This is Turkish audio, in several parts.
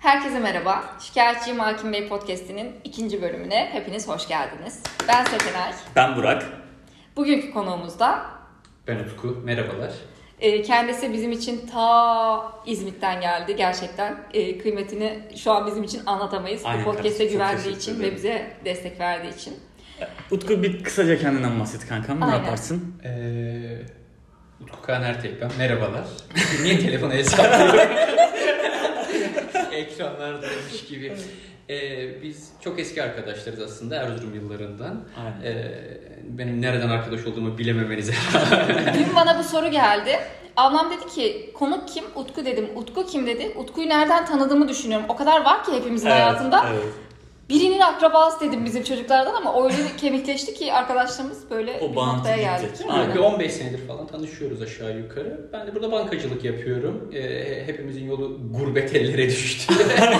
Herkese merhaba. Şikayetçiyim Hakim Bey Podcast'inin 2. bölümüne hepiniz hoş geldiniz. Ben Sekenay. Ben Burak. Bugünkü konuğumuz da ben Utku. Merhabalar. Kendisi bizim için ta İzmit'ten geldi. Gerçekten kıymetini şu an bizim için anlatamayız. Aynen, Bu podcast'e güvendiği çok için ve bize destek verdiği için. Utku bir kısaca kendinden bahset kankam. Ne yaparsın? Utku Kaan Ertek ben. Merhabalar. Niye telefonu hesaplıyorum? Ekranlardaymış gibi. Biz çok eski arkadaşlarız aslında Erzurum yıllarından. Benim nereden arkadaş olduğumu bilememenize. Dün bana bu soru geldi. Ablam dedi ki konuk kim? Utku dedim. Utku kim dedi. Utku'yu nereden tanıdığımı düşünüyorum. O kadar var ki hepimizin hayatında. Evet. Birinin akrabası dedim bizim çocuklardan ama öyle kemikleşti ki arkadaşlarımız böyle o bir noktaya geldik. Bir 15 senedir falan tanışıyoruz aşağı yukarı. Ben de burada bankacılık yapıyorum. Hepimizin yolu gurbet ellere düştü.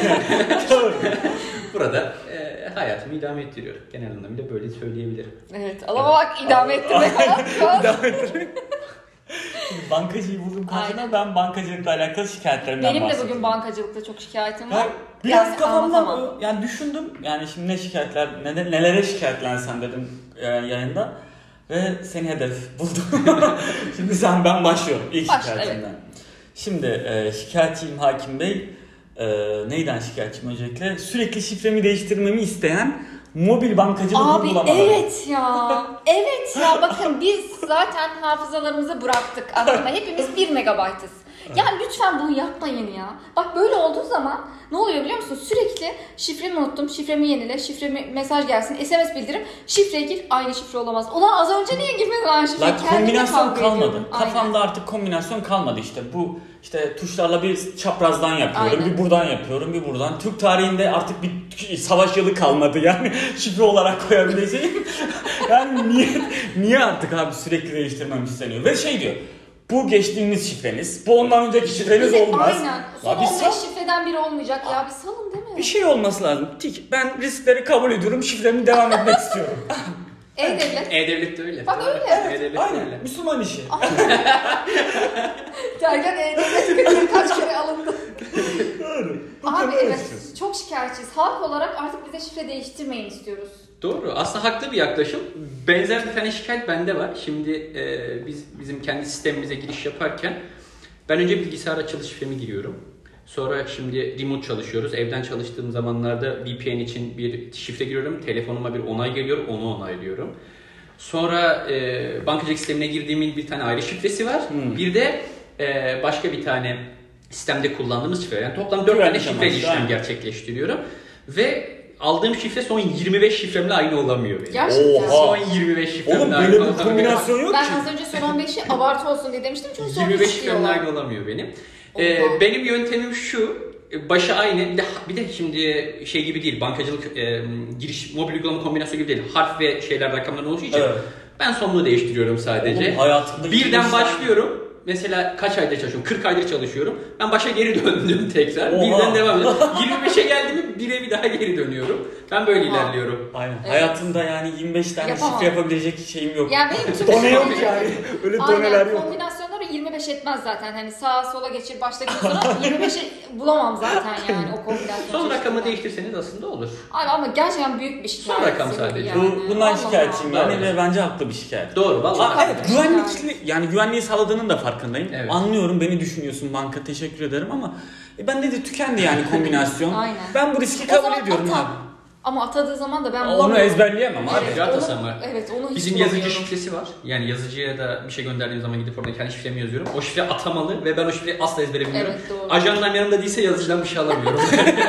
Burada hayatımı idame ettiriyorum. Genel anlamıyla böyle söyleyebilirim. Evet. Ama bak idame ettirmek falan. İdame ettirmek. Bankacıyı buldum karşına, ben bankacılıkla alakalı şikayetlerimden bahsedeyim. Benim de bugün bankacılıkta çok şikayetim var. Biraz yani kafamda yani düşündüm. Yani şimdi ne şikayetler, nelere şikayetlensem dedim yayında. Ve seni hedef buldum. Şimdi ben başlıyorum ilk şikayetimden. Evet. Şimdi şikayetçiyim Hakim Bey. Neyden şikayetçiyim öncelikle? Sürekli şifremi değiştirmemi isteyen mobil bankacılık uygulamaları. Abi evet ya. Evet ya, bakın biz zaten hafızalarımızı bıraktık. Aslında hepimiz 1 megabaytız. Yani lütfen bunu yapmayın ya. Bak böyle olduğu zaman ne oluyor biliyor musun? Sürekli şifremi unuttum, şifremi yenile, şifremi mesaj gelsin, SMS bildirim, şifreye gir, aynı şifre olamaz. Ulan az önce niye girmedin aynı şifreye? Kombinasyon kalmadı. Kafamda artık kombinasyon kalmadı işte. Bu işte tuşlarla bir çaprazdan yapıyorum, bir buradan yapıyorum, bir buradan. Türk tarihinde artık bir savaş yılı kalmadı yani şifre olarak koyabileceğim. Yani niye artık abi sürekli değiştirmem isteniyor? Ve şey diyor. Bu geçtiğimiz şifreniz, bu ondan önceki şifreniz olmaz. Aynen. Son 15 şifreden biri olmayacak ya. Bir salın değil mi? Bir şey olması lazım. Ben riskleri kabul ediyorum, şifremi devam etmek istiyorum. E-Devlet. E-Devlet de öyle. Bak öyle. Evet, aynen. Öyle. Müslüman işi. Derken E-Devlet kaç kere alındı. Doğru. Abi evet, çok şikayetçiyiz. Halk olarak artık bize şifre değiştirmeyin istiyoruz. Doğru. Aslında haklı bir yaklaşım. Benzer bir tane şikayet bende var. Şimdi bizim kendi sistemimize giriş yaparken ben önce bilgisayar açılış şifremi giriyorum. Sonra şimdi remote çalışıyoruz. Evden çalıştığım zamanlarda VPN için bir şifre giriyorum. Telefonuma bir onay geliyor. Onu onaylıyorum. Sonra bankacılık sistemine girdiğimin bir tane ayrı şifresi var. Bir de başka bir tane sistemde kullandığımız şifre. Yani toplam 4 tane şifreli işlem gerçekleştiriyorum. Ve aldığım şifre son 25 şifremle aynı olamıyor benim. Gerçekten. Son 25 şifremle aynı olamıyor. Oğlum böyle bir kombinasyon yok ki. Ben az önce son 15'i abartı olsun diye demiştim. Çünkü son 25 şifremle aynı olamıyor benim. Benim yöntemim şu. Başı aynı. Bir de şimdi şey gibi değil. Bankacılık giriş mobil uygulama kombinasyonu gibi değil. Harf ve şeyler rakamlardan oluşu için. Evet. Ben sonunu değiştiriyorum sadece. Oğlum, birden başlıyorum. Mesela kaç aydır çalışıyorum? 40 aydır çalışıyorum. Ben başa geri döndüm tekrar. Birden devam ediyorum. 25'e geldi mi 1'e bir daha geri dönüyorum. Ben böyle ilerliyorum. Aynen. Evet. Hayatımda yani 25 tane şifre yapabilecek şeyim yok. Yani benim done yok yani. Öyle doneler yok. Kombinasyonları 25 etmez zaten. Hani sağa sola geçir baştaki sonra 25'i bulamam zaten yani o kombinasyon. Son rakamı değiştirseniz aslında olur. Abi ama gerçekten büyük bir şikayet. Son rakam sadece. Yani. Bundan şikayetçiyim yani ve bence haklı bir şikayet. Doğru vallahi. Evet, güvenliği sağladığının da farkındayım. Evet. Anlıyorum, beni düşünüyorsun banka, teşekkür ederim ama bende de tükendi yani kombinasyon. Aynen. Ben bu riski kabul ediyorum abi. Ama atadığı zaman da ben onu ezberleyemem abi. Evet, onu hiç bizim yazıcı şifresi var. Yani yazıcıya da bir şey gönderdiğim zaman gidip orada kendi şifremi yazıyorum. O şifre atamalı ve ben o şifreyi asla ezbere bilmiyorum. Evet, doğru. Ajandan yanımda değilse yazıcıdan bir şey alamıyorum.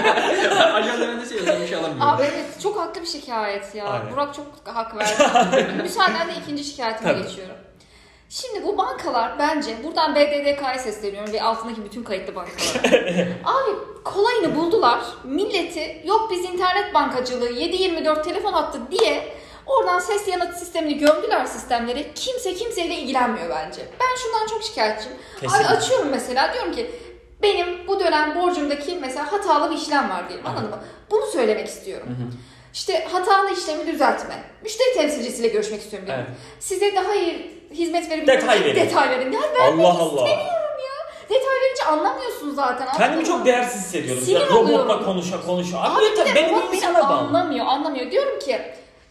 Ajandan yanımda yazıcıdan bir şey alamıyorum. Abi evet, çok haklı bir şikayet ya. Aynen. Burak çok hak verdi. Müsaadenle ikinci şikayetime geçiyorum. Şimdi bu bankalar bence, buradan BDDK'ya sesleniyorum ve altındaki bütün kayıtlı bankalar. Abi kolayını buldular. Milleti yok biz internet bankacılığı 7/24 telefon hattı diye oradan ses yanıt sistemini gömdüler sistemleri. Kimse kimseyle ilgilenmiyor bence. Ben şundan çok şikayetçiyim. Abi açıyorum mesela, diyorum ki benim bu dönem borcumdaki mesela hatalı bir işlem var diyelim, anladın mı? Bunu söylemek istiyorum. İşte hatalı işlemi düzeltme. Müşteri temsilcisiyle görüşmek istiyorum diyorum. Evet. Size daha iyi hizmet verebilirim. Detay verin. Yani vermek istemiyorum ya. detay verince anlamıyorsun zaten. Kendimi çok değersiz hissediyorum. Sinir Robotla konuşa. Abi bir de benim robot beni insana bağlı. anlamıyor. Diyorum ki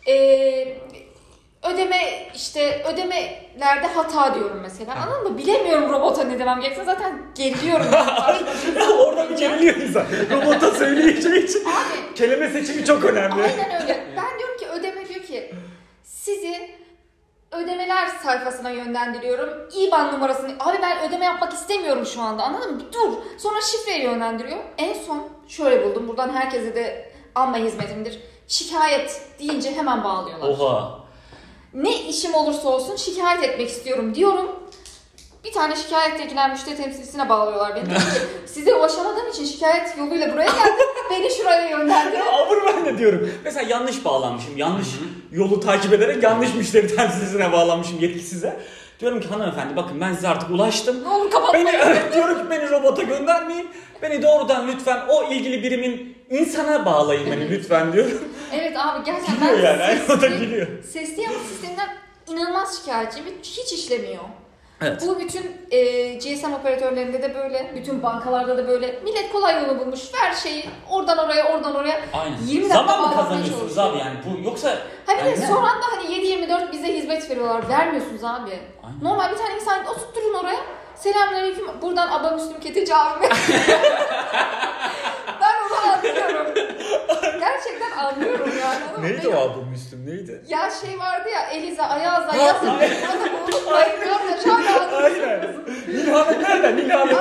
ödemelerde hata diyorum mesela. Anladın mı? Bilemiyorum robota ne demem gerektiğini. Zaten geriliyorum. Orada bir geriliyor insan. Robota söyleyeceği için. Abi, kelime seçimi çok önemli. aynen öyle. Ben diyorum ki ödeme diyor ki sizi ödemeler sayfasına yönlendiriyorum. IBAN numarasını. Abi ben ödeme yapmak istemiyorum şu anda. Anladın mı? Dur. Sonra şifreyi yönlendiriyor. En son şöyle buldum. Buradan herkese de anma hizmetimdir. Şikayet deyince hemen bağlıyorlar. Oha. Ne işim olursa olsun şikayet etmek istiyorum diyorum. Bir tane şikayetle ilgilenen müşteri temsilcisine bağlıyorlar beni. Diyor ki, size ulaşamadığım için şikayet yoluyla buraya geldim. Beni şuraya yönlendirin. Abur ben de diyorum. Mesela yanlış bağlanmışım. Yanlış yolu takip ederek yanlış müşteri temsilcisine bağlanmışım, yetkisize. Diyorum ki hanımefendi bakın ben size artık ulaştım. Ne olur kapatmayın. Diyorum ki beni robota göndermeyin. Beni doğrudan lütfen o ilgili birimin insana bağlayın beni lütfen diyorum. Evet abi gerçekten Gülüyor yani. O da gülüyor. Sesli yanıt sisteminden inanılmaz şikayetçi ve hiç işlemiyor. Evet. Bu bütün GSM operatörlerinde de böyle, bütün bankalarda da böyle. Millet kolay yolu bulmuş. Ver şeyi oradan oraya. Aynen. 20 dakika zaman mı bağlanmaya kazanıyorsunuz çalışıyor. abi yani bu yoksa... Ha bir de yani son anda hani 7/24 bize hizmet veriyorlar. Vermiyorsunuz abi. Aynen. Normal bir tane insan oturtturun oraya. Selamünaleyküm. Buradan Aba Müslüm Ketici abime. Ben onu anlıyorum. Gerçekten anlıyorum yani. Neydi o abi Müslüm neydi? Ya şey vardı ya Eliza, Ayaz'la yazın. Adamı unutmayın. Şarkı Aynen. Nilhan'ın nerede?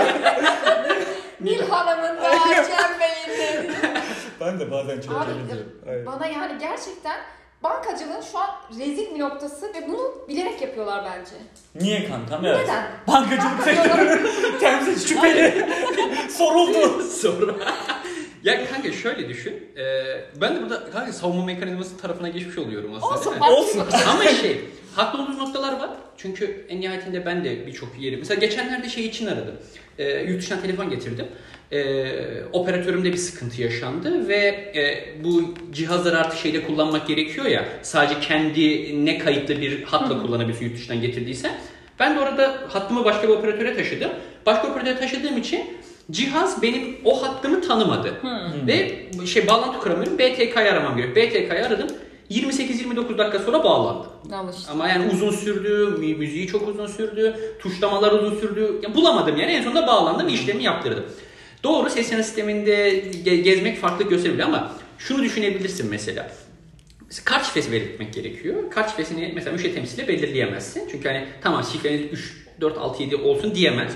Nil Hanım'ın da Cem Bey'in dedi. Ben de bazen çok Abi ediyorum. bana yani gerçekten bankacılığın şu an rezil bir noktası ve bunu bilerek yapıyorlar bence. Niye kankam? Evet. Neden? Bankacılık sektörünün temsil şüpheli soruldu. Sonra. Ya kanka şöyle düşün. Ben de burada kanka savunma mekanizması tarafına geçmiş oluyorum aslında. Olsun. Ama haklı olduğunuz noktalar var. Çünkü en nihayetinde ben de birçok yeri. Mesela geçenlerde şey için aradım. Yurt dışından telefon getirdim. Operatörümde bir sıkıntı yaşandı ve bu cihazları artık şeyde kullanmak gerekiyor ya. Sadece kendine kayıtlı bir hatla kullanabiliyorsun yurt dışından getirdiysen. Ben de orada hattımı başka bir operatöre taşıdım. Başka operatöre taşıdığım için cihaz benim o hattımı tanımadı. Ve bağlantı kuramıyorum. BTK'yı aramam gerekiyor. BTK'yı aradım. 28-29 dakika sonra bağlandı. İşte. Ama yani uzun sürdü, müziği çok uzun sürdü, tuşlamalar uzun sürdü. Ya bulamadım yani. En sonunda bağlandım, işlemi yaptırdım. Doğru, ses yanı sisteminde gezmek farklılık gösterebilir ama şunu düşünebilirsin mesela. Kart şifresi belirtmek gerekiyor. Kart şifresini mesela müşteri temsiliyle belirleyemezsin. Çünkü hani tamam şifreniz 3, 4, 6, 7 olsun diyemez.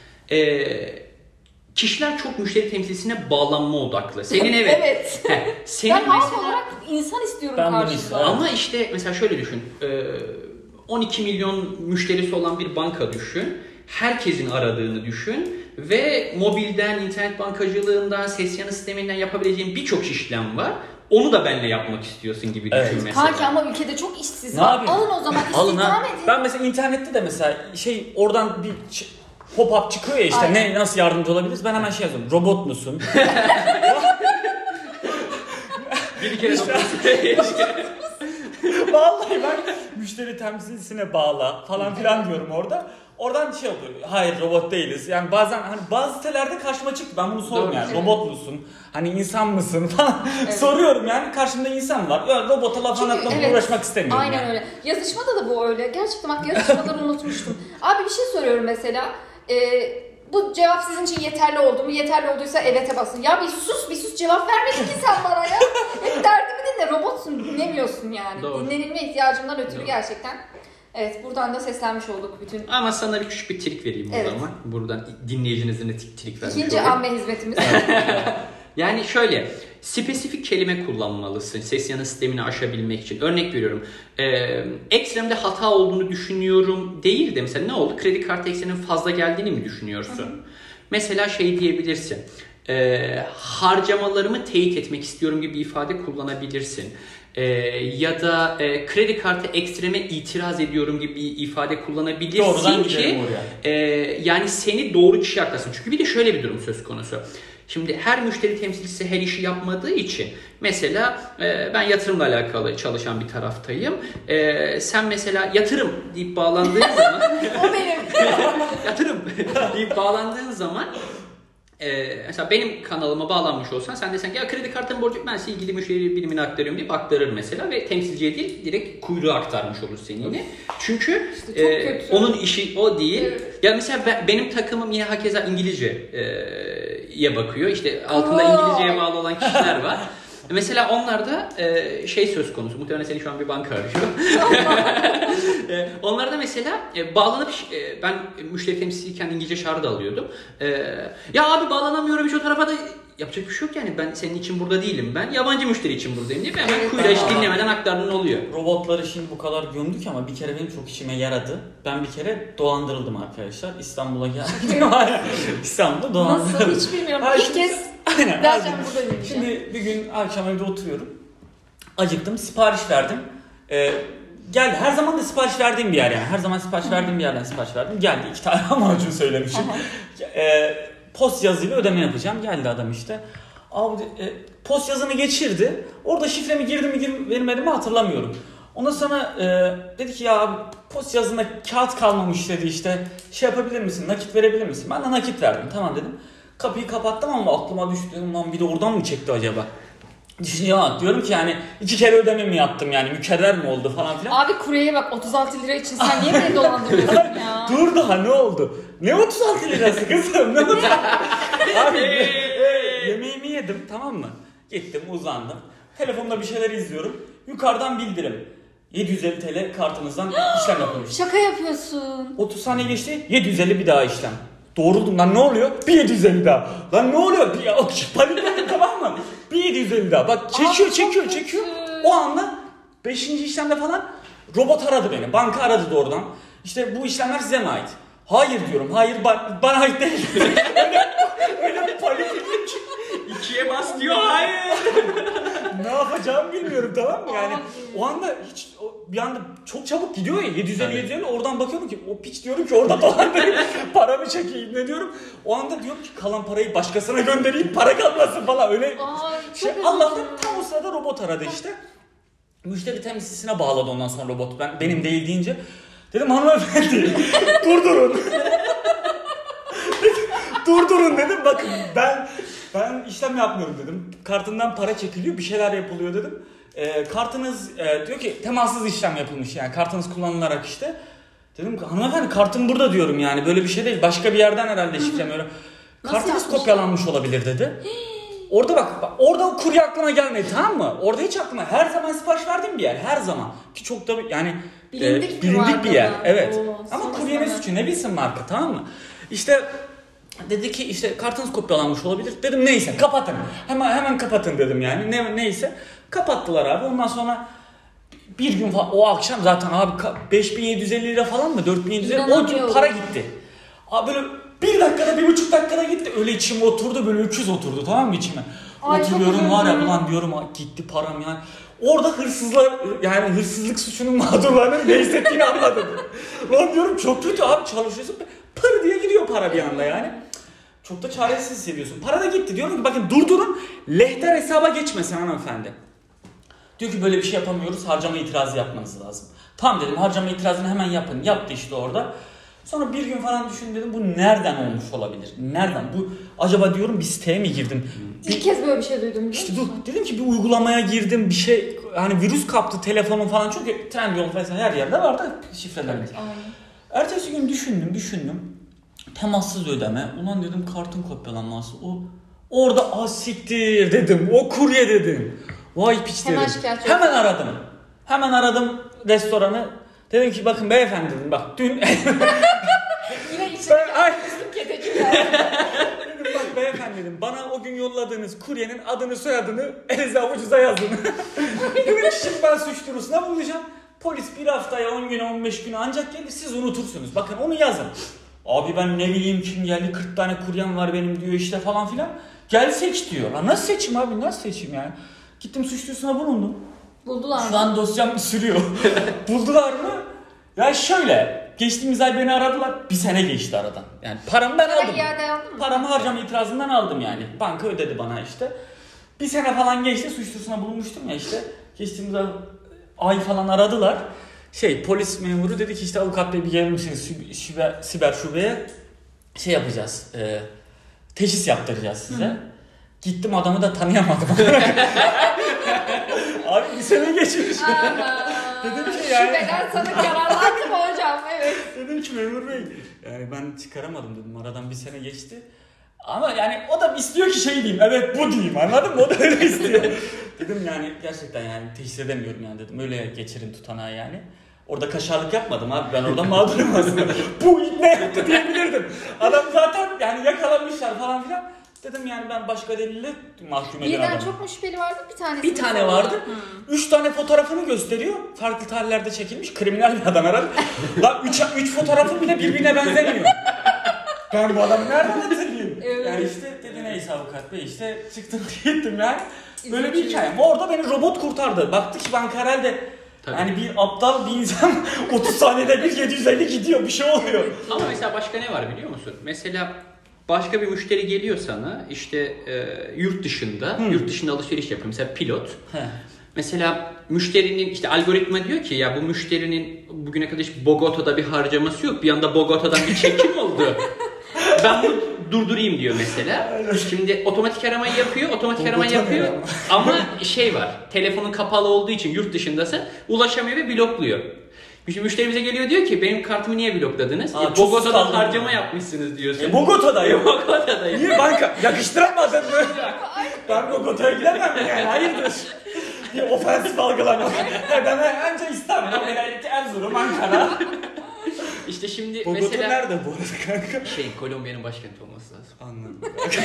Kişiler çok müşteri temsilcisine bağlanma odaklı. Senin Evet. Senin ben halk mesela... olarak insan istiyorum Ben karşımda. Ama işte mesela şöyle düşün. 12 milyon müşterisi olan bir banka düşün. Herkesin aradığını düşün. Ve mobilden, internet bankacılığından, ses yanı sisteminden yapabileceğin birçok işlem var. Onu da benimle yapmak istiyorsun gibi düşün mesela. Kanki ama ülkede çok işsiz Ne var. yapayım? Alın o zaman Alın istihdam ha. edin. Ben mesela internette de mesela oradan bir pop-up çıkıyor ya işte Aynen. nasıl yardımcı olabiliriz? Ben hemen yazıyorum. Robot musun? Bir kere Vallahi ben müşteri temsilcisine bağla falan filan diyorum orada. Oradan oluyor. Hayır robot değiliz. Yani bazen hani bazı sitelerde karşıma çıktı. Ben bunu sordum yani. Robot musun? Hani insan mısın falan soruyorum yani. Karşımda insan var. Ya robota laf anlatmak uğraşmak istemiyorum. Aynen öyle. Yazışmada da bu öyle. Gerçekten bak yazışmaları unutmuştum. Abi bir şey soruyorum mesela. Bu cevap sizin için yeterli oldu mu? Yeterli olduysa evet'e basın. Ya bir sus cevap vermedin ki sen bana ya. Hep derdimi dinle. Robotsun dinlemiyorsun yani. Doğru. Dinlenilme ihtiyacımdan ötürü Doğru. gerçekten. Evet buradan da seslenmiş olduk bütün. Ama sana bir küçük bir trik vereyim o zaman. Buradan dinleyicinizin de trik vermiş İkinci olayım. amme hizmetimiz. Yani şöyle, spesifik kelime kullanmalısın ses yanı sistemini aşabilmek için. Örnek veriyorum, ekstremde hata olduğunu düşünüyorum değil de mesela ne oldu? Kredi kartı ekstremin fazla geldiğini mi düşünüyorsun? Mesela şey diyebilirsin, harcamalarımı teyit etmek istiyorum gibi bir ifade kullanabilirsin. Ya da kredi kartı ekstreme itiraz ediyorum gibi bir ifade kullanabilirsin. Doğrudan ki yani seni doğru kişi yaklasın. Çünkü bir de şöyle bir durum söz konusu. Şimdi her müşteri temsilcisi her işi yapmadığı için mesela ben yatırımla alakalı çalışan bir taraftayım. Sen mesela yatırım deyip bağlandığın zaman O benim. yatırım deyip bağlandığın zaman mesela benim kanalıma bağlanmış olsan sen desen ki ya kredi kartım borcu ben size ilgili müşteri birimine aktarıyorum diye aktarır mesela ve temsilciye değil direkt kuyruğa aktarmış olur seni yine. Çünkü İşte onun işi o değil. Evet. Ya mesela benim takımım yine hakeza İngilizce'ye bakıyor. İşte altında İngilizceye bağlı olan kişiler var. Mesela onlarda söz konusu. Muhtemelen seni şu an bir banka arıyor. Onlarda mesela bağlanıp ben müşteri temsilciyken İngilizce şarkı da alıyordum. Ya abi bağlanamıyorum hiç o tarafa da yapacak bir şey yok yani. Ben senin için burada değilim. Ben yabancı müşteri için buradayım diye hemen kuyruğa hiç dinlemeden aktardığın oluyor. Robotları şimdi bu kadar gömdük ama bir kere benim çok işime yaradı. Ben bir kere dolandırıldım arkadaşlar. İstanbul'a geldim. İstanbul'da dolandırıldım. Nasıl hiç bilmiyorum. İlk kez aynen. Derken burada dinleyeceğim. Şimdi bir gün akşam evde oturuyorum. Acıktım. Sipariş verdim. Geldi. Her zaman da sipariş verdiğim bir yer yani. Her zaman sipariş verdiğim bir yerden sipariş verdim. Geldi. 2 tane amacını söylemişim. Post yazıyla ödeme yapacağım. Geldi adam işte. Abi post yazını geçirdi. Orada şifremi girdim mi girmedim mi hatırlamıyorum. Ondan sonra dedi ki ya abi post yazında kağıt kalmamış dedi işte. Şey yapabilir misin? Nakit verebilir misin? Ben de nakit verdim. Tamam dedim. Kapıyı kapattım ama aklıma düştü. Lan bir de oradan mı çekti acaba? Düşünüyorum diyorum ki yani 2 kere ödeme mi yaptım yani mükerrer mi oldu falan filan. Abi kuryeye bak 36 lira için sen niye beni dolandırıyorsun ya? Dur daha ne oldu? Ne 36 lirası kızım? Ne 36? Abi yemeğimi yedim tamam mı? Gittim uzandım. Telefonda bir şeyler izliyorum. Yukarıdan bildirim. 750 TL kartınızdan işlem yapılmış. Şaka yapıyorsun. 30 saniye geçti 750 bir daha işlem. Doğruldum lan ne oluyor? Bir 750 daha. Lan ne oluyor? Panikledim tamam mı? Bir 750 daha. Bak çekiyor. O anda 5. işlemde falan robot aradı beni. Banka aradı doğrudan. İşte bu işlemler size mi ait? Hayır diyorum. Hayır bana ait değil. öyle panikledim ki. 2'ye bas diyor. Hayır. Ne yapacağımı bilmiyorum tamam mı? Yani o anda hiç bir anda çok çabuk gidiyor ya 750 oradan bakıyorum ki o piç diyorum ki orada dolandırayım paramı çekeyim ne diyorum. O anda diyorum ki kalan parayı başkasına göndereyim para kalmasın falan öyle. Allah'tan tam o sırada robot aradı işte. Müşteri temsilcisine bağladı ondan sonra robot benim değil deyince. Dedim hanımefendi durdurun. Durdurun dedim bakın ben işlem yapmıyorum dedim. Kartından para çekiliyor bir şeyler yapılıyor dedim. Kartınız diyor ki temassız işlem yapılmış yani kartınız kullanılarak işte. Dedim hanımefendi kartım burada diyorum yani böyle bir şey değil başka bir yerden herhalde şifrem öyle. Kartınız kopyalanmış olabilir dedi. Orada bak orada o kurye aklıma gelmedi tamam mı? Orada hiç aklıma her zaman sipariş verdiğim bir yer her zaman. Ki çok da yani bilindik bir yer. Evet. Ama kuryenin suçu ne bilsin marka tamam mı? İşte dedi ki işte kartınız kopyalanmış olabilir. Dedim neyse kapatın. Hemen kapatın dedim yani. Neyse. Kapattılar abi. Ondan sonra bir gün o akşam zaten abi 5750 lira falan mı 4750 o para gitti. Abi böyle 1,5 dakikada gitti. Öyle içime oturdu böyle öküz oturdu tamam mı içime. Oturuyorum var ya ulan diyorum gitti param yani. Orada hırsızlık suçunun mağdurlarının ne hissettiğini anladım. Lan diyorum çok kötü abi çalışıyorsun. Pır diye gidiyor para bir anda yani. Çok da çaresiz hissediyorsun. Para da gitti. Diyorum ki bakın durdurun. Lehter hesaba geçmesin hanımefendi. Diyor ki böyle bir şey yapamıyoruz. Harcama itirazı yapmanız lazım. Tamam dedim harcama itirazını hemen yapın. Yaptı işte orada. Sonra bir gün falan düşündüm dedim bu nereden olmuş olabilir? Nereden? Bu acaba diyorum bir siteye mi girdim? İlk kez böyle bir şey duydum. İşte dedim ki bir uygulamaya girdim bir şey hani virüs kaptı telefonum falan çok Trendyol falan her yerde vardı şifrelerimiz. Ertesi gün düşündüm. Temassız ödeme. Ulan dedim kartın kopyalanması. Orada siktir dedim. O kurye dedim. Vay piç dedim. Hemen aradım restoranı. Dedim ki bakın beyefendi dedim bak dün yine içine kedeciler. Dedim bak beyefendi dedim bana o gün yolladığınız kuryenin adını soyadını elinize avucunuza yazın. Dedim şimdi ben suç duyurusuna bulacağım. Polis bir haftaya 10 güne 15 güne ancak gelir siz unutursunuz. Bakın onu yazın. Abi ben ne bileyim kim geldi 40 tane kuryem var benim diyor işte falan filan. Gel seç diyor. Lan nasıl seçeyim abi nasıl seçeyim yani. Gittim suç duyurusuna bulundum. Buldular mı? Şu an dosyam sürüyor. Buldular mı? Ya şöyle geçtiğimiz ay beni aradılar. Bir sene geçti aradan. Yani paramı ben aldım. Paramı harcama itirazından aldım yani. Banka ödedi bana işte. Bir sene falan geçti suç duyurusuna bulunmuştum ya işte. Geçtiğimiz ay falan aradılar. Polis memuru dedi ki işte avukat bey bir gelir misiniz siber şubeye? şey yapacağız. Teşhis yaptıracağız size. Gittim adamı da tanıyamadım. Abi bir sene geçmiş. Dedim ki yani. Şüpheden sana yararlandı mı hocam? Evet. Dedim ki memur bey. Yani ben çıkaramadım dedim. Aradan bir sene geçti. Ama yani o da istiyor ki şey diyeyim. Evet bu diyeyim, anladın mı? O da öyle istiyor. Dedim yani gerçekten yani teşhis edemiyorum yani dedim. Öyle geçirin tutanağı yani. Orada kaşarlık yapmadım abi. Ben oradan mağdurum aslında. Bu ne yaptı diyebilirdim. Adam zaten yani yakalamışlar falan filan. Dedim yani ben başka delille mahkum ediyorum. Birden çok mu şüpheli vardı? Bir tane vardı. 3 tane fotoğrafını gösteriyor. Farklı tarihlerde çekilmiş. Kriminal bir adam herhalde. Lan 3 fotoğrafın bile birbirine benzemiyor. Ben bu adamı nereden hatırlayayım? Evet. Yani işte dedi neyse avukat bey işte çıktım gittim yani. Böyle bir hikaye. Orada beni robot kurtardı. Baktı ki banka herhalde yani bir aptal bir insan 30 saniyede bir 750 gidiyor, bir şey oluyor. Ama mesela başka ne var biliyor musun? Mesela başka bir müşteri geliyor sana işte yurt dışında alışveriş yapıyor. Mesela pilot. Mesela müşterinin işte algoritma diyor ki ya bu müşterinin bugüne kadar hiç Bogota'da bir harcaması yok. Bir anda Bogota'dan bir çekim oldu. Ben bunu durdurayım diyor mesela. Şimdi otomatik aramayı yapıyor. Ama şey var. Telefonun kapalı olduğu için yurt dışındasın. Ulaşamıyor ve blokluyor. Şimdi müşterimize geliyor diyor ki benim kartımı niye blokladınız? Bogota'da harcama yapmışsınız diyorsun. Bogota'dayım. Bogota'dayım. Niye banka? Yakıştıramadın mı? Ben Bogota'ya gidemem yani. Hayırdır? Bir ofensif algılama. Ben önce İstanbul, Erzurum, Ankara. İşte şimdi Bogota mesela... nerede bu arada kanka? Kolombiya'nın başkenti olması lazım. Anladım.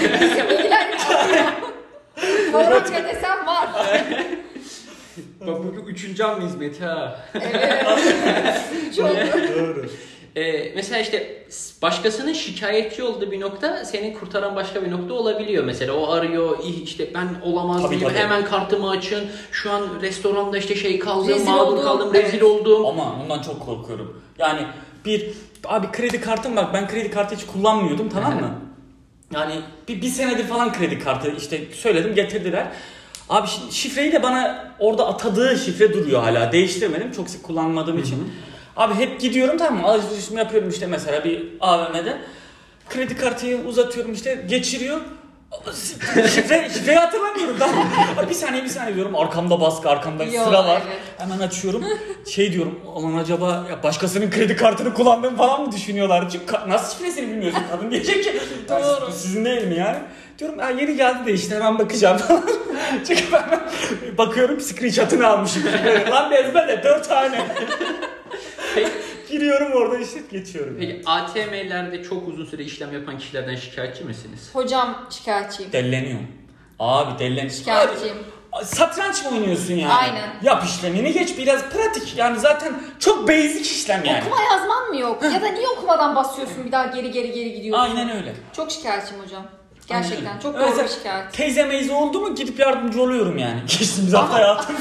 Bogota desem var. Bak bugün 3. an hizmeti ha. Evet. Çok doğru. Mesela işte başkasının şikayetçi olduğu bir nokta seni kurtaran başka bir nokta olabiliyor. Mesela o arıyor işte ben olamaz diyeyim hemen kartımı açın. Şu an restoranda işte şey kaldım, mağdur kaldım, rezil oldum. Ama ondan çok korkuyorum. Yani abi kredi kartım var. Ben kredi kartı hiç kullanmıyordum, tamam mı? Yani bir senedir falan kredi kartı işte söyledim getirdiler. Abi şifreyi de bana orada atadığı şifre duruyor hala. Değiştirmedim çok sık kullanmadığım için. Abi hep gidiyorum, tamam mı? Alışverişimi yapıyorum işte mesela bir AVM'de. Kredi kartıyı uzatıyorum işte geçiriyor. Şifreyi hatırlamıyorum tamam. Bir saniye diyorum arkamda baskı, arkamda sıra var. Evet. Hemen açıyorum. Şey diyorum aman acaba başkasının kredi kartını kullandığımı falan mı düşünüyorlar? Çünkü nasıl şifresini bilmiyorsun, kadın diyecek ki doğru. Sizin değil mi yani? Diyorum yeni geldi de işte hemen bakacağım falan. Çünkü ben bakıyorum screenshot'ını almışım. Lan ezberle 4 tane. Giriyorum orada işte geçiyorum. Peki ATM'lerde çok uzun süre işlem yapan kişilerden şikayetçi misiniz? Hocam şikayetçiyim. Delleniyorum. Abi delleniyorum. Şikayetçiyim. Satranç mı oynuyorsun yani? Aynen. Yap işlemini geç, biraz pratik. Yani zaten çok basic işlem yani. Okuma yazman mı yok? Ya da niye okumadan basıyorsun bir daha geri gidiyorsun? Aynen öyle. Çok şikayetçiyim hocam. Gerçekten çok doğru bir şikayet. Teyze meyze oldu mu gidip yardımcı oluyorum yani. Geçtiğimiz hafta hayatım.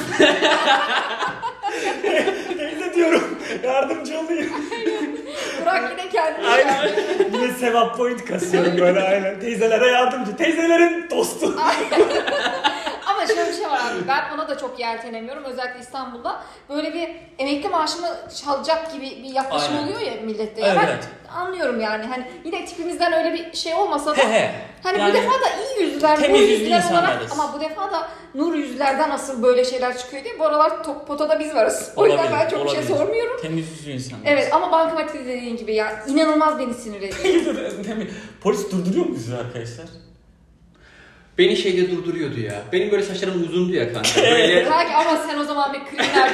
Teyze diyorum yardımcı olayım. Burak yine kendini aynen. Yine sevap point kasıyorum böyle aynen. Teyzelere yardımcı. Teyzelerin dostu. Ama şöyle bir şey var abi, ben ona da çok yeltenemiyorum özellikle İstanbul'da. Böyle bir emekli maaşımı çalacak gibi bir yaklaşım oluyor ya millette. Evet, ben evet. Anlıyorum yani hani yine tipimizden öyle bir şey olmasa da hani yani, bu defa da iyi yüzlüler, nur yüzlüler olarak deriz. ama bu defa da nur yüzlerden asıl böyle şeyler çıkıyor diye bu aralar potada biz varız. O yüzden ben çok bir şey sormuyorum. Temiz yüzlü insanlar. Evet ama bankamatikte dediğin gibi ya inanılmaz beni sinir ediyor. Polis durduruyor mu sizi arkadaşlar? Beni şeyde durduruyordu ya. Benim böyle saçlarım uzundu ya kanka. Böyle... Kanka ama sen o zaman bir kriminal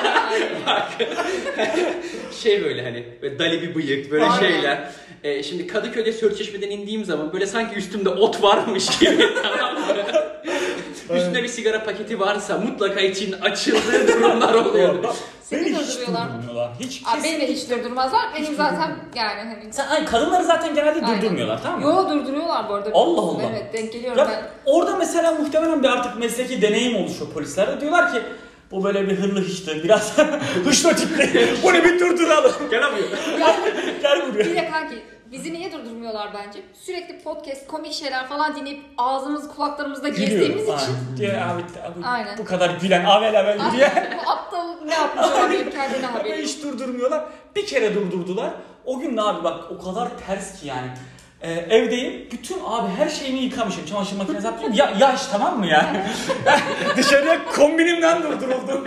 şey böyle hani böyle dali bir bıyık böyle şeyler. Şimdi Kadıköy'de Sörçeşme'den indiğim zaman böyle sanki üstümde ot varmış gibi tamam mı? Üstünde bir sigara paketi varsa mutlaka için açıldığı durumlar oluyor. Seni beni durdurmuyorlar. Hiç beni de hiç durdurmazlar. Benim zaten yani hani... kadınları zaten genelde durdurmuyorlar tamam mı? Yo durduruyorlar bu arada. Allah Allah. Evet denk geliyorum ya, ben. Orada mesela muhtemelen bir artık mesleki deneyim oluşuyor polislerde. Diyorlar ki bu böyle bir hırlı hiçti. Biraz hışla tipli. Bunu bir durduralım. Gel abi. Gel buraya. Bir de kanki bizi niye durdurmuyorlar bence? Sürekli podcast, komik şeyler falan dinleyip ağzımız kulaklarımızda gezdiğimiz için. Diyor abi aynen. Bu kadar gülen avel diye. Bu aptal ne yapmış olabilir kendine haberi. Hiç durdurmuyorlar. Bir kere durdurdular. O gün de abi bak o kadar ters ki yani. Evdeyim. Bütün abi her şeyimi yıkamışım. Çamaşır makinesi yaptım. Yaş tamam mı yani? Dışarıya kombinimden durduruldum.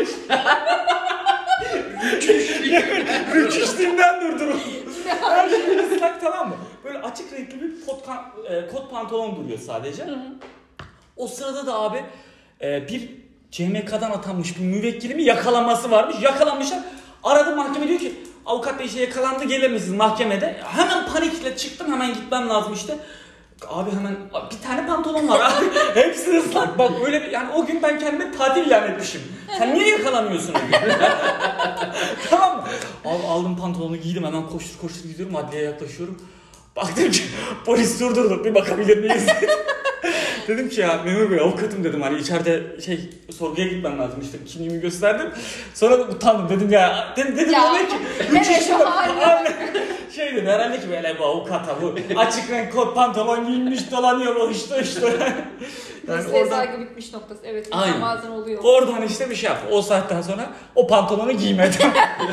Rüküşlüğümden durduruldum. Her şey ıslak tamam mı? Böyle açık renkli bir kot pantolon duruyor sadece. O sırada da abi bir CMK'dan atanmış bir müvekkilimin yakalanması varmış. Yakalanmışlar. Aradım mahkeme diyor ki avukat bey yakalandı gelir misiniz mahkemede? Hemen panikle çıktım hemen gitmem lazım işte. Abi hemen bir tane pantolon var abi. Hepsi ıslak. Bak öyle yani o gün ben kendime tatil ilan etmişim. Sen niye yakalanmıyorsun o gün? Tamam mı? Abi aldım pantolonu giydim hemen koştur gidiyorum adliyeye yaklaşıyorum. Baktım ki polis durdurdu bir bakabilir miyiz? Dedim ki ya memur bey avukatım dedim hani içeride sorguya gitmem lazım işte kimliğimi gösterdim. Sonra da utandım dedim ya dedim ya, ona ki evet şu halde. dedi herhalde ki böyle bu avukata bu açık renk kot pantolon giyinmiş dolanıyor o işte. Yani oradan, saygı bitmiş noktası evet insan bazen oluyor. Oradan işte bir şey yap. O saatten sonra o pantolonu giymedim.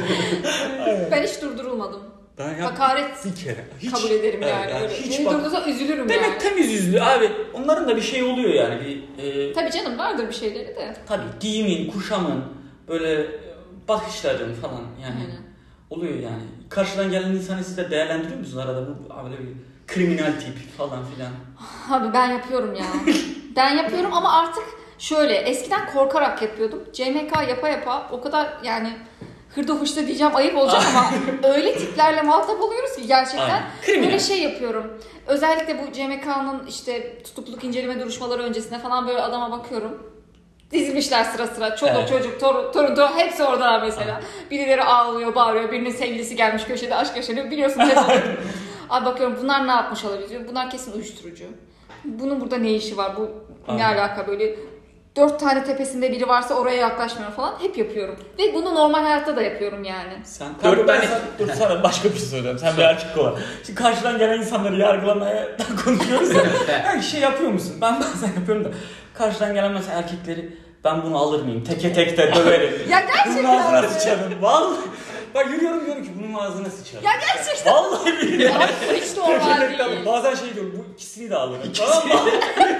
Ben hiç durdurulmadım. Hakaret bir kere. Hiç, kabul ederim yani. Hiç beni durdursa üzülürüm demek yani. temiz yüzlü abi. Onların da bir şey oluyor yani. Tabii canım vardır bir şeyleri de. Tabii giyimin, kuşamın, böyle bakışların falan yani. Aynen. Oluyor yani. Karşıdan gelen insanı siz de değerlendiriyor musunuz arada bu böyle bir kriminal tip falan filan? Abi ben yapıyorum ya. Ben yapıyorum ama artık şöyle eskiden korkarak yapıyordum. CMK yapa o kadar yani hırda huşta diyeceğim ayıp olacak ama öyle tiplerle muhatap oluyoruz ki gerçekten böyle şey yapıyorum. Özellikle bu CMK'nın işte tutukluluk inceleme duruşmaları öncesinde falan böyle adama bakıyorum. Dizilmişler sıra çoluk çocuk torun hepsi oradalar mesela. Birileri ağlıyor bağırıyor birinin sevgilisi gelmiş köşede aşk yaşanıyor biliyorsunuz hep oluyor. Abi bakıyorum bunlar ne yapmış olabilir? Bunlar kesin uyuşturucu. Bunun burada ne işi var? Bu ne alaka böyle 4 tane tepesinde biri varsa oraya yaklaşmıyor falan. Hep yapıyorum. Ve bunu normal hayatta da yapıyorum yani. Sen dur sana başka bir şey söyleyeyim. Sen bir erkek olarak. Şimdi karşıdan gelen insanları yargılamaya konuşuyoruz ya. Yani şey yapıyor musun? Ben bazen yapıyorum da. Karşıdan gelen mesela erkekleri ben bunu alır mıyım? Teke tek de döverim. Ya gerçekten bunun ağzına sıçarım. Vallahi. Bak yürüyorum diyorum ki bunun ağzına sıçarım. Ya gerçekten. Vallahi billahi. Hiç normal değil. Bazen şey diyorum bu ikisini de alırım. Tamam mı?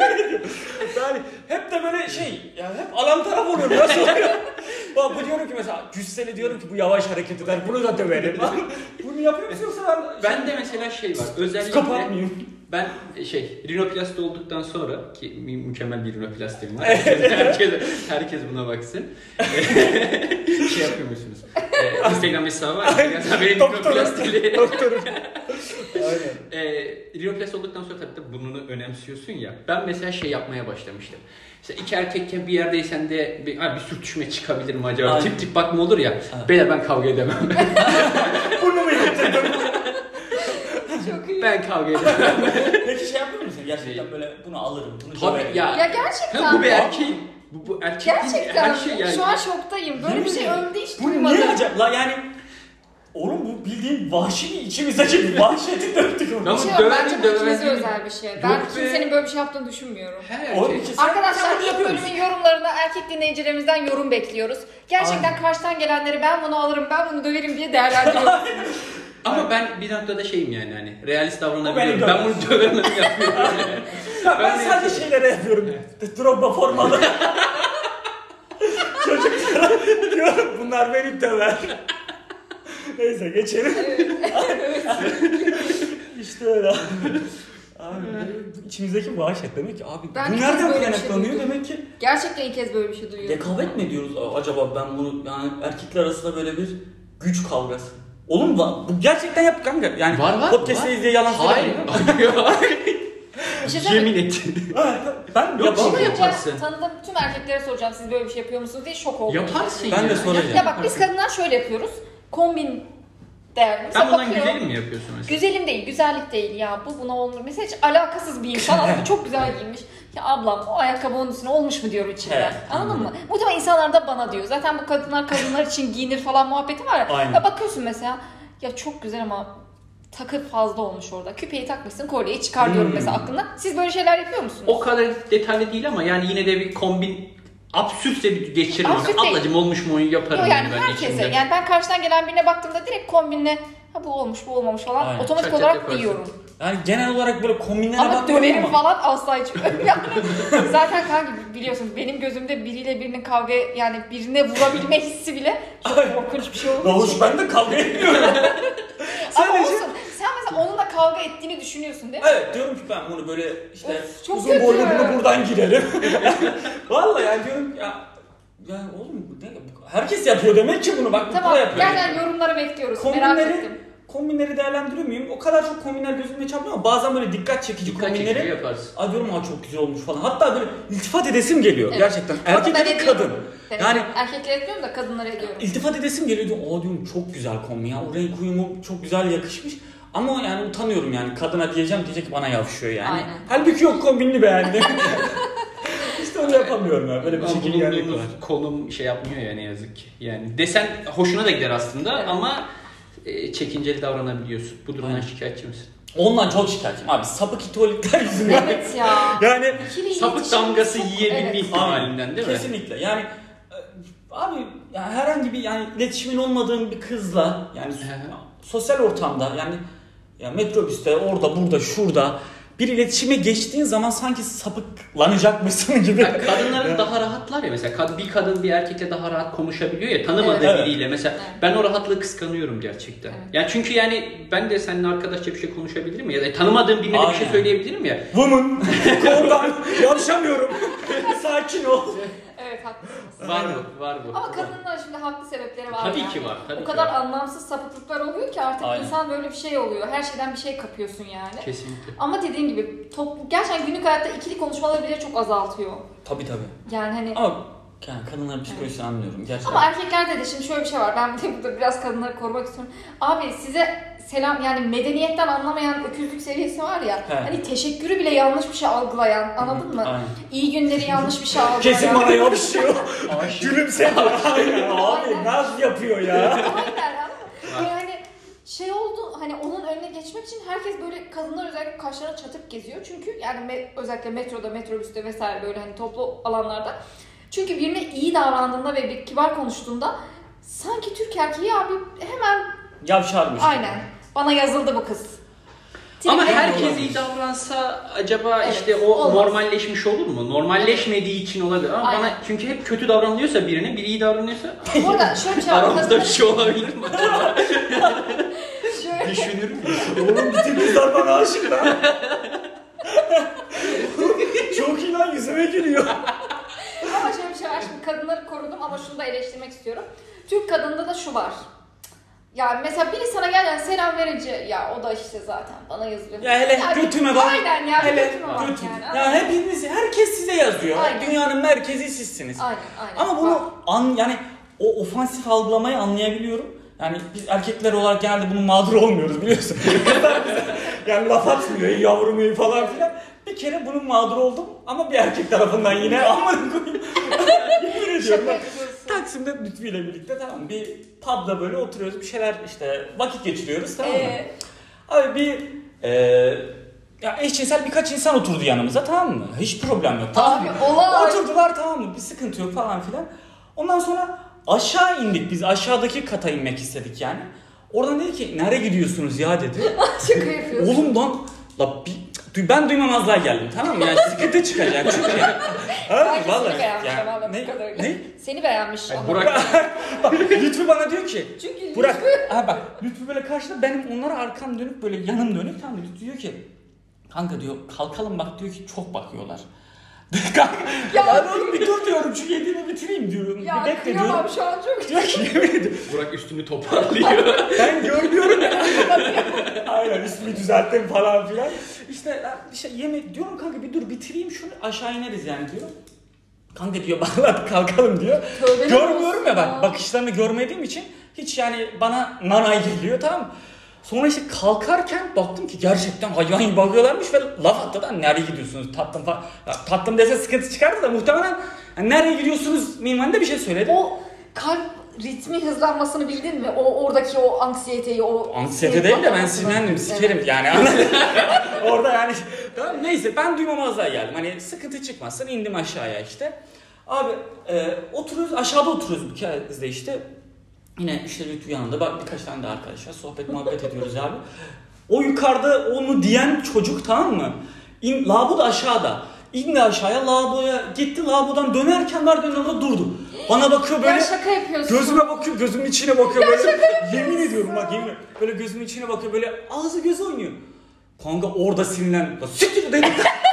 Yani hep de böyle yani hep alan taraf oluyor. Nasıl oluyor? Bak bu diyorum ki mesela cüsseli diyorum ki bu yavaş hareket eder. Bunu da döverim. Bunu yapıyor musun yoksa ben de mesela şey var. Özellikle ben rinoplasti olduktan sonra ki mükemmel bir rinoplastim var. herkes buna baksın. Şey yapıyor musunuz? Instagram hesabı var. Benim rinoplastili. Doktorum. Rinoplasti olduktan sonra tabii burnunu önemsiyorsun ya. Ben mesela şey yapmaya başlamıştım. Mesela iki erkekken bir yerdeysen de bir sürtüşme çıkabilir mi acaba? Aynen. Tip bakma olur ya. Beyler ben kavga edemem. Burnumu yırttırdım. Çok iyi. Ben kavga edemem. Peki şey yapıyor musun? Gerçekten böyle bunu alırım. Bunu tabii ya. Ya gerçekten. Bu bir erkeğin. Bu erkek gerçekten. Her şey yani. Şu an şoktayım. Böyle bir şey ömrümde hiç duymadım. Bu niye acaba? Yani oğlum bu bildiğin vahşi bir içimizdeki bir vahşeti döktük onu. Bence bu ikimize özel bir şey. Ben kimsenin böyle bir şey yaptığını düşünmüyorum. Arkadaşlar ilk bölümün yorumlarına erkek dinleyicilerimizden yorum bekliyoruz. Gerçekten karşıdan gelenleri ben bunu alırım, ben bunu döverim diye değerlendiriyorum. Ama ben bir noktada şeyim yani hani realist davranabiliyorum. Ben bunu döverim yapıyorum. Ben sadece şeylere yapıyorum. Drogba formalı. Çocuklara diyorum bunlar beni döver. Neyse geçelim. Evet. İşte öyle. Abi içimizdeki vahşet demek ki abi Ben bu nereden kaynaklanıyor şey demek ki? Gerçekten ilk kez böyle bir şey duyuyorum. Rekabet mi diyoruz acaba ben bunu yani erkekler arasında böyle bir güç kavgası. Oğlum bu gerçekten yap kanka. Yani podcast'te izleye yalan söylemiyorum. Yemin ettim. Ben yaparsın. Tanıdığım tüm erkeklere soracağım siz böyle bir şey yapıyor musunuz diye şok oldum. Yaparsın ben de soracağım. Ya bak biz kadınlar şöyle yapıyoruz. Kombin değerli. Sen bundan güzelim mi yapıyorsun mesela? Güzelim değil, güzellik değil ya. Buna olmuyor. Mesela hiç alakasız bir insan ama çok güzel giymiş. Ya ablam o ayakkabı onun üstüne olmuş mu diyorum içimden. Evet, anladın mı? Muhtemelen insanlar da bana diyor. Zaten bu kadınlar için giyinir falan muhabbeti var ya. Aynen. Ya bakıyorsun mesela ya çok güzel ama takı fazla olmuş orada. Küpeyi takmışsın, kolyeyi çıkar diyorum mesela aklında. Siz böyle şeyler yapıyor musunuz? O kadar detaylı değil ama yani yine de bir kombin absürtse bir geçiririm. Ablacım olmuş mu onu yaparım. Yok yani herkese. Yani ben karşıdan gelen birine baktığımda direkt kombinle Ha bu olmuş bu olmamış falan Aynen. otomatik Çat çat olarak yaparsın. diyorum. Yani genel olarak böyle kombinlere Ama bakmıyorum döverim ama. falan asla hiç yani zaten kanka biliyorsun benim gözümde biriyle birinin kavga yani birine vurabilme hissi bile çok korkunç bir şey olduğu Navuş için. ben de kavga etmiyorum. Ama olsun sen mesela onunla kavga ettiğini düşünüyorsun değil mi? Evet diyorum ki ben bunu böyle işte Of, çok uzun kötü. boylu bunu buradan girerim. Vallahi yani diyorum ya yani oğlum herkes yapıyor demek ki bunu bak bu Tamam da yapıyor. gerçekten yorumları bekliyoruz merak ettim. Kombinleri değerlendiriyor muyum? O kadar çok kombinler gözüme çarpmıyor ama bazen böyle dikkat çekici kombinleri yaparsın. Aa diyorum çok güzel olmuş falan. Hatta böyle iltifat edesim geliyor gerçekten. Ama Erkek ben ya da ediyorum. kadın. Evet, Yani erkekler etmiyorum da kadınlara ediyorum. İltifat edesim geliyor diyorum. Diyorum çok güzel kombin ya. O renk uyumu çok güzel yakışmış. Ama yani utanıyorum yani. Kadına diyecek ki bana yavşıyor yani. Aynen. Halbuki yok kombinini beğendim. İşte onu yapamıyorum ya. Böyle bir şekilde bulunduğumuz var. konum şey yapmıyor ya ne yazık ki. Yani desen hoşuna da gider aslında Evet. ama çekinceli davranabiliyorsun. Bu durumdan Aynen. şikayetçi misin? Ondan çok şikayetçiyim abi. Sapık itolikler yüzünden. Evet ya. Yani İkili Sapık iletişim damgası çok- yiyebilme evet. ihtimalinden değil mi? Kesinlikle. Yani abi yani herhangi bir yani iletişimin olmadığın bir kızla yani sosyal ortamda yani ya metrobüste orada burada şurada bir iletişime geçtiğin zaman sanki sapıklanacakmışsın gibi. Yani kadınların daha rahatlar ya mesela bir kadın bir erkekle daha rahat konuşabiliyor ya tanımadığı Evet. biriyle mesela ben o rahatlığı kıskanıyorum gerçekten. Evet. Yani çünkü yani ben de seninle arkadaşça bir şey konuşabilirim ya tanımadığım birine de bir şey Aynen. söyleyebilirim ya. Woman, oradan yanlışamıyorum. Sakin ol. Evet haklısınız. Var bu. Ama kadınların şimdi haklı sebepleri var. Tabii yani. ki var. Tabii O ki kadar var. anlamsız sapıklıklar oluyor ki artık Aynen. insan böyle bir şey oluyor. Her şeyden bir şey kapıyorsun yani. Kesinlikle. Ama dediğim gibi gerçekten günlük hayatta ikili konuşmaları bile çok azaltıyor. Tabii. Yani hani Ama yani kadınların psikolojisini anlıyorum gerçekten. ama erkeklerde de şimdi şöyle bir şey var. Ben de burada biraz kadınları korumak istiyorum. Abi size selam yani medeniyetten anlamayan öküzlük seviyesi var ya. Evet. Hani teşekkürü bile yanlış bir şey algılayan anladın mı? Aynen. İyi günleri yanlış bir şey algılayan. Kesin bana yapışıyor. Aşık. Gülümsedi. Aynen abi nasıl yapıyor ya? Aynen anladın mı? Yani şey oldu hani onun önüne geçmek için herkes böyle kadınlar özellikle kaşlarına çatıp geziyor. Çünkü yani özellikle metroda, metrobüste vesaire böyle hani toplu alanlarda. Çünkü birine iyi davrandığında ve bir kibar konuştuğunda sanki Türk erkeği abi hemen Yavşarmış. aynen bana yazıldı bu kız. Ama Trip'e herkes giriyor. iyi davransa acaba Evet, işte o olmaz. normalleşmiş olur mu? Normalleşmediği için olabilir ama Aynen. bana çünkü hep kötü davranılıyorsa birine biri iyi davranıyorsa Bu arada şöyle bir şey var. aramızda bir şey olabilir mi? Şöyle, Düşünür müyüz? Oğlum bütün kızlar bana aşık lan. Çok iyi lan yüzüme gülüyor. ama şöyle bir şey var. Şimdi kadınları korudum ama şunu da eleştirmek istiyorum. Türk kadında da şu var. Yani mesela biri sana gelen selam verince ya o da işte zaten bana yazıyor. Ya hele götüme bak. Aynen ya Hele götüme bak götüm. yani. Ya hepiniz herkes size yazıyor. Aynen. Dünyanın merkezi sizsiniz. Aynen. Ama bunu yani o ofansif algılamayı anlayabiliyorum. Yani biz erkekler olarak genelde bunun mağduru olmuyoruz biliyorsun. Yani laf atmıyor yavrum iyi falan filan. Bir kere bunun mağduru oldum ama bir erkek tarafından yine aman koyayım. Yemin ediyorum bak. Taksim'de Lütfü ile birlikte tamam bir pub'da böyle oturuyoruz bir şeyler işte vakit geçiriyoruz tamam mı? Abi ya eşcinsel birkaç insan oturdu yanımıza tamam mı? Hiç problem yok tamam mı? Abi olay. Oturdular tamam mı? Bir sıkıntı yok falan filan. Ondan sonra aşağı indik biz aşağıdaki kata inmek istedik yani. Oradan dedi ki nereye gidiyorsunuz ya dedi. Şaka yapıyorsun. Oğlum ben duymamazlığa geldim tamam mı? Yani sıkıntı çıkacak çünkü. Belki Vallahi seni beğenmiş yani, ama anladığım kadarıyla. ne? Seni beğenmiş ama. Burak Bak Lütfü bana diyor ki Çünkü Burak, bak Lütfü böyle karşıda benim onlara arkam dönüp böyle yanım dönük tamam mı? Lütfü diyor ki kanka diyor kalkalım bak diyor ki çok bakıyorlar. Ya oğlum bir dur diyorum şu yediğimi bitireyim diyorum. ya bir bekle kıyamam diyorum. şu an çok Diyor ki yemin ediyorum. Burak üstünü toparlıyor. Ben görmüyorum ya. Aynen ismi düzelttim falan filan. İşte diyorum kanka bir dur bitireyim şunu aşağı ineriz yani diyorum. Kanka diyor bak hadi kalkalım diyor. Tövbe Görmüyorum ya olsun bak bakışlarını görmediğim için hiç yani bana nanay geliyor tamam mı? Sonra işte kalkarken baktım ki gerçekten hayvan gibi bakıyorlarmış ve laf attı da nereye gidiyorsunuz tatlım falan. Ya, tatlım dese sıkıntı çıkardı da muhtemelen yani, nereye gidiyorsunuz minvalinde bir şey söyledi. O kalp ritmi hızlanmasını bildin mi? Oradaki o anksiyeteyi, Anksiyete değil de ben sinirlendim, sikerim yani. Orada yani tamam neyse ben duymamazlığa geldim. Hani sıkıntı çıkmazsa indim aşağıya işte. Abi oturuyoruz aşağıda oturuyoruz bir kez de işte. Yine işte Lütfü yanında bak birkaç tane de arkadaş var. Sohbet muhabbet ediyoruz abi. O yukarıda onu diyen çocuk, tamam mı? Lavabo da aşağıda. İndi aşağıya, lavaboya gitti. Lavabodan dönerken orada durdu. Bana bakıyor böyle. Ya şaka yapıyorsun. Gözüme bakıyor, gözümün içine bakıyor ya böyle. Yemin ediyorum bak, yemin. Böyle gözümün içine bakıyor, böyle ağzı gözü oynuyor. Kanka orada sinirlen. Siktir dedim.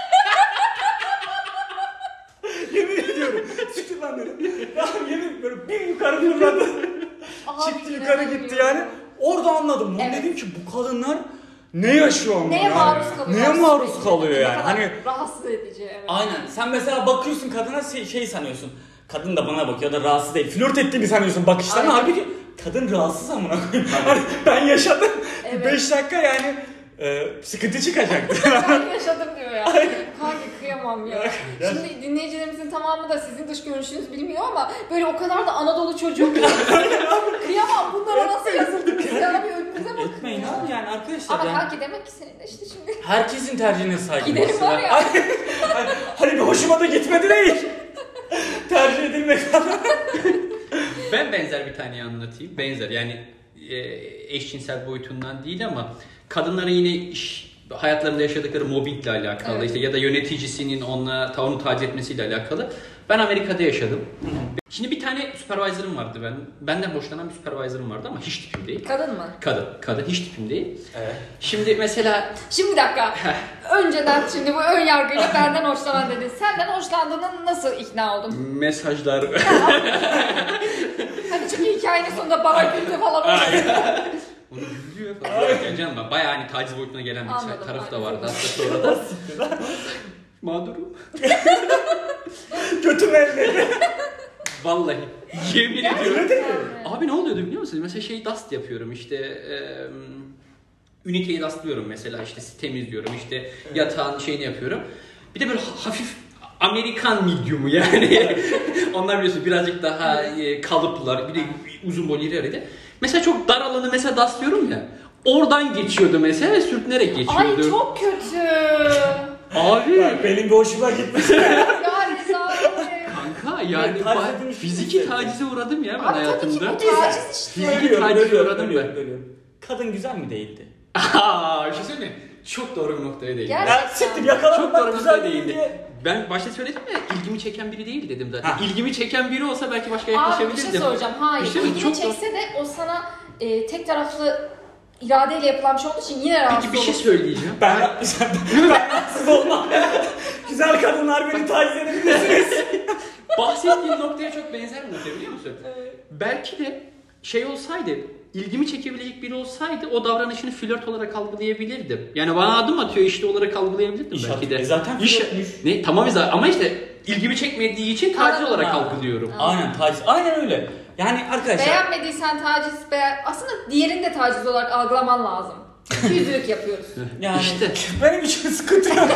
Yemin ediyorum. Siktir lan dedim. Ya yemin böyle bir yukarı fırladı. Çıktı yukarı gitti yani. Orada anladım. Evet. Dedim ki bu kadınlar ne yaşıyor onlar? Neye maruz kalıyor? Neye maruz kalıyor yani? Hani rahatsız edici. Evet. Aynen. Sen mesela bakıyorsun kadına şey sanıyorsun. Kadın da bana bakıyor da rahatsız değil. Flört ettiğini sanıyorsun bakışlarına. Halbuki kadın rahatsız amına koyayım. Hani ben yaşadım. Evet. 5 dakika yani sıkıntı çıkacaktı. Ben yaşadım diyor ya. Kanka kıyamam ya. Şimdi dinleyicilerimizin tamamı da sizin dış görünüşünüzü bilmiyor ama böyle o kadar da Anadolu çocuğu kıyamam, bunlara nasıl yazıldık biz ya, bir önümüze bakın. Etmeyin abi yani arkadaşlar. Ama yani. kanki demek ki senin de işte şimdi. Herkesin tercihine saygı. Gidelim var ya. Hani bir hoşuma da gitmedi değil. Tercih edilmek falan. Ben benzer bir tane anlatayım. Benzer yani eşcinsel boyutundan değil ama kadınlara yine hayatlarında yaşadıkları mobbingle alakalı, evet. işte ya da yöneticisinin onu taciz etmesiyle alakalı. Ben Amerika'da yaşadım. Şimdi bir tane supervisor'ım vardı benden hoşlanan bir supervisor'ım vardı ama hiç tipim değil. Kadın mı? Kadın hiç tipim değil. Evet. Şimdi mesela... Şimdi bir dakika. Önceden şimdi bu ön yargıyla benden hoşlanan dedin. Senden hoşlandığına nasıl ikna oldun? Mesajlar. Hani çünkü hikayenin sonunda bana güldü falan oldu. Onu gülüyor falan. Canım ben bayağı hani taciz boyutuna gelen bir taraf da vardı aslında sonra da. Mağdurum. Götüm elleri. Vallahi yemin ediyorum. Abi ne oluyordu biliyor musun? Mesela dust yapıyorum işte üniteyi dustlıyorum mesela, işte temizliyorum, işte yatağın şeyini yapıyorum. Bir de böyle hafif Amerikan medium'u yani. Onlar biliyorsun birazcık daha kalıplılar, bir de uzun boylu ileride. Mesela çok dar alanı mesela dustlıyorum ya. Oradan geçiyordu mesela ve sürtünerek geçiyordu. Ay çok kötü. Abi. Bak, benim bir hoşuma gitmiş. Ya rezalet. Kanka yani fiziki tacize uğradım ya ben hayatımda. Tabii ki bu taciz işte. Fiziki tacize uğradım ben. Kadın güzel mi değildi? Aaa bir şey söyleyeyim mi? Çok doğru bir noktaya değindi. Ya siktir yakaladım. Çok doğru bir noktaya değindi. Ben başta söyledim ya, ilgimi çeken biri değil dedim zaten. Ha. İlgimi çeken biri olsa belki başka yaklaşabilirdim. Abi bir şey soracağım. Hayır. İşte ilgini çekse de o sana tek taraflı iradeyle yapılan bir şey olduğu için yine rahatsız olur. Peki bir şey söyleyeceğim. Ben rahatsız olmam. Güzel kadınlar beni taciz edebilirsiniz. Bahsettiğin noktaya çok benzer bir nokta biliyor musun? Belki de olsaydı, ilgimi çekebilecek biri olsaydı o davranışını flört olarak algılayabilirdim. Yani bana adım atıyor işte olarak algılayabilirdim belki de. Zaten flörtmüş. Ne tamam ama işte ilgimi çekmediği için taciz olarak algılıyorum. Aynen taciz. Aynen öyle. Yani arkadaşlar. Beğenmediysen taciz aslında diğerini de taciz olarak algılaman lazım. Yüzlük yapıyoruz. Yani işte benim için sıkıntı yok.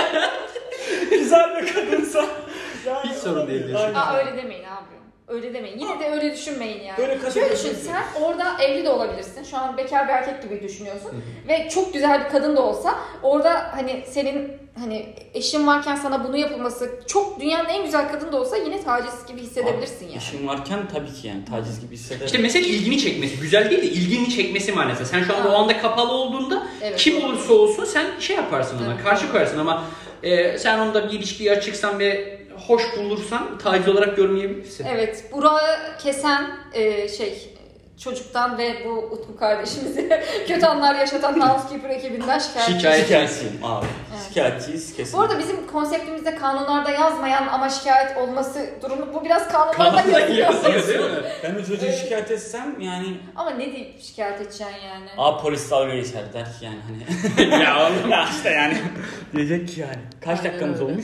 Güzel bir kadınsa. Yani, hiç sorun değil diyorsun. Öyle demeyin abi. Öyle demeyin. Yine de öyle düşünmeyin yani. Şöyle düşün, sen orada evli de olabilirsin. Şu an bekar bir erkek gibi düşünüyorsun. Ve çok güzel bir kadın da olsa orada hani senin eşin varken sana bunu yapılması, çok dünyanın en güzel kadın da olsa yine taciz gibi hissedebilirsin yani. Eşin varken tabii ki yani taciz gibi hissederim. İşte mesela ilgini çekmesi. Güzel değil de ilgini çekmesi manasında. Sen şu anda o anda kapalı olduğunda kim olursa olsun sen yaparsın ona. Karşı koyarsın ama sen onda bir ilişkiye açıksan ve hoş bulursan taciz olarak görmeyebilirsin. Evet, Burak'ı kesen çocuktan ve bu Utku kardeşimize kötü anlar yaşatan Housekeeper ekibinden şikayetçiyim abi. Evet. Şikayetçiyiz kesin. Bu arada bizim konseptimizde kanunlarda yazmayan ama şikayet olması durumu, bu biraz kanunlarda yazıyor değil mi? Ben de çocuğu şikayet etsem yani. Ama ne deyip şikayet edeceksin yani? Abi polis dalga geçer der ki yani hani. ya oğlum. Ya işte yani. Diyecek ki yani. Kaç dakikamız olmuş?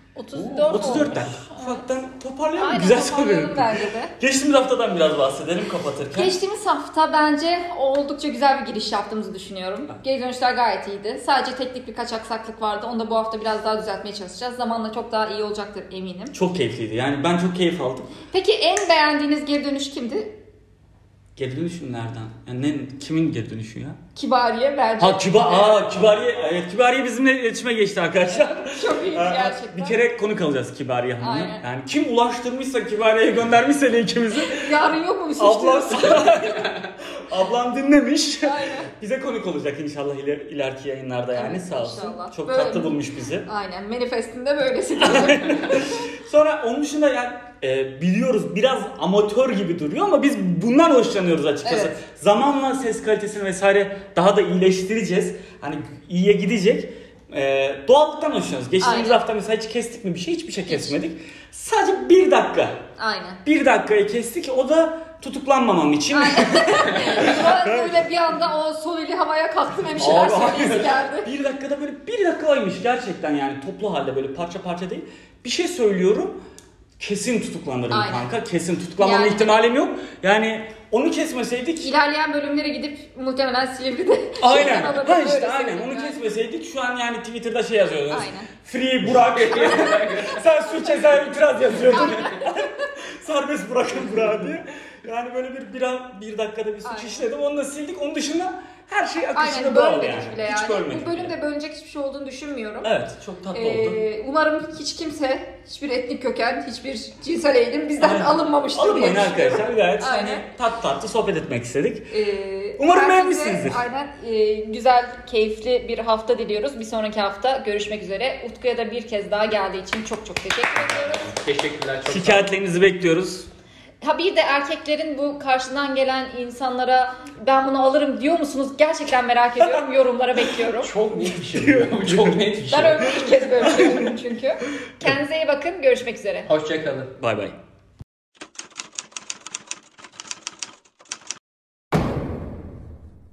34 dakika. Ufaktan toparlayalım. Aynen, güzel soruyorum. Bence de. Geçtiğimiz haftadan biraz bahsedelim kapatırken. Geçtiğimiz hafta bence oldukça güzel bir giriş yaptığımızı düşünüyorum. Geri dönüşler gayet iyiydi. Sadece teknik birkaç aksaklık vardı. Onu da bu hafta biraz daha düzeltmeye çalışacağız. Zamanla çok daha iyi olacaktır eminim. Çok keyifliydi. Yani ben çok keyif aldım. Peki en beğendiğiniz geri dönüş kimdi? Geri dönüşüm nereden? Yani kimin geri dönüşü ya? Kibariye bence. Kibariye. Evet, Kibariye bizimle iletişime geçti arkadaşlar. Çok iyi gerçekten. Bir kere konuk alacağız Kibariye Hanım'ı. Aynen. Yani kim ulaştırmışsa Kibariye'ye göndermişse linkimizi. Yarın yok mu bir suçluyorsun? Ablam dinlemiş. Aynen. Bize konuk olacak inşallah ileriki yayınlarda yani, Evet, sağ olsun. inşallah. Çok Böyle tatlı bulmuş bizi. Aynen, manifestinde böylesi. Sonra onun dışında yani biliyoruz biraz amatör gibi duruyor ama biz bundan hoşlanıyoruz açıkçası. Evet. Zamanla ses kalitesini vesaire daha da iyileştireceğiz. Hani iyiye gidecek. Doğallıktan hoşlanıyoruz. Geçtiğimiz hafta mesela hiç kestik mi bir şey? Hiçbir şey kesmedik. Sadece 1 dakika. Aynen. 1 dakikayı kestik. O da tutuklanmamam için. Ben böyle bir anda o sol eli havaya kalktım, bir şeyler söyleyesi geldi. 1 dakikada böyle 1 dakikaymış gerçekten yani, toplu halde böyle parça parça değil. Bir şey söylüyorum. Kesin tutuklanırım kanka. Kesin tutuklanmama ihtimalim yok. Yani onu kesmeseydik. İlerleyen bölümlere gidip muhtemelen Silivri'de. Aynen. Aynen. Onu kesmeseydik şu an yani Twitter'da şey yazıyordunuz. Aynen. Free Burak. Sen suç ceza itiraz yazıyordun. Serbest bırakın Burak'ı diye. Yani böyle bir dakikada bir suç işledim. Onu da sildik. Onun dışında her şey akışında doğal yani. Hiç bölmedik. Bu bölümde bölünecek hiçbir şey olduğunu düşünmüyorum. Evet, çok tatlı oldu. Umarım hiç kimse, hiçbir etnik köken, hiçbir cinsel eğilim bizden alınmamıştır. Alınmayın arkadaşlar. Gayet hani tatlı sohbet etmek istedik. Umarım beğenmişsinizdir. Aynen. Güzel, keyifli bir hafta diliyoruz. Bir sonraki hafta görüşmek üzere. Utku'ya da bir kez daha geldiği için çok çok teşekkür ediyoruz. Teşekkürler. Çok şikayetlerinizi bekliyoruz. Ha bir de erkeklerin bu karşıdan gelen insanlara ben bunu alırım diyor musunuz? Gerçekten merak ediyorum. Yorumlara bekliyorum. Çok net bir şey. Çok net bir şey. Ben ömrümde ilk kez böyle bir şey duydum çünkü. Kendinize iyi bakın. Görüşmek üzere. Hoşça kalın. Bay bay.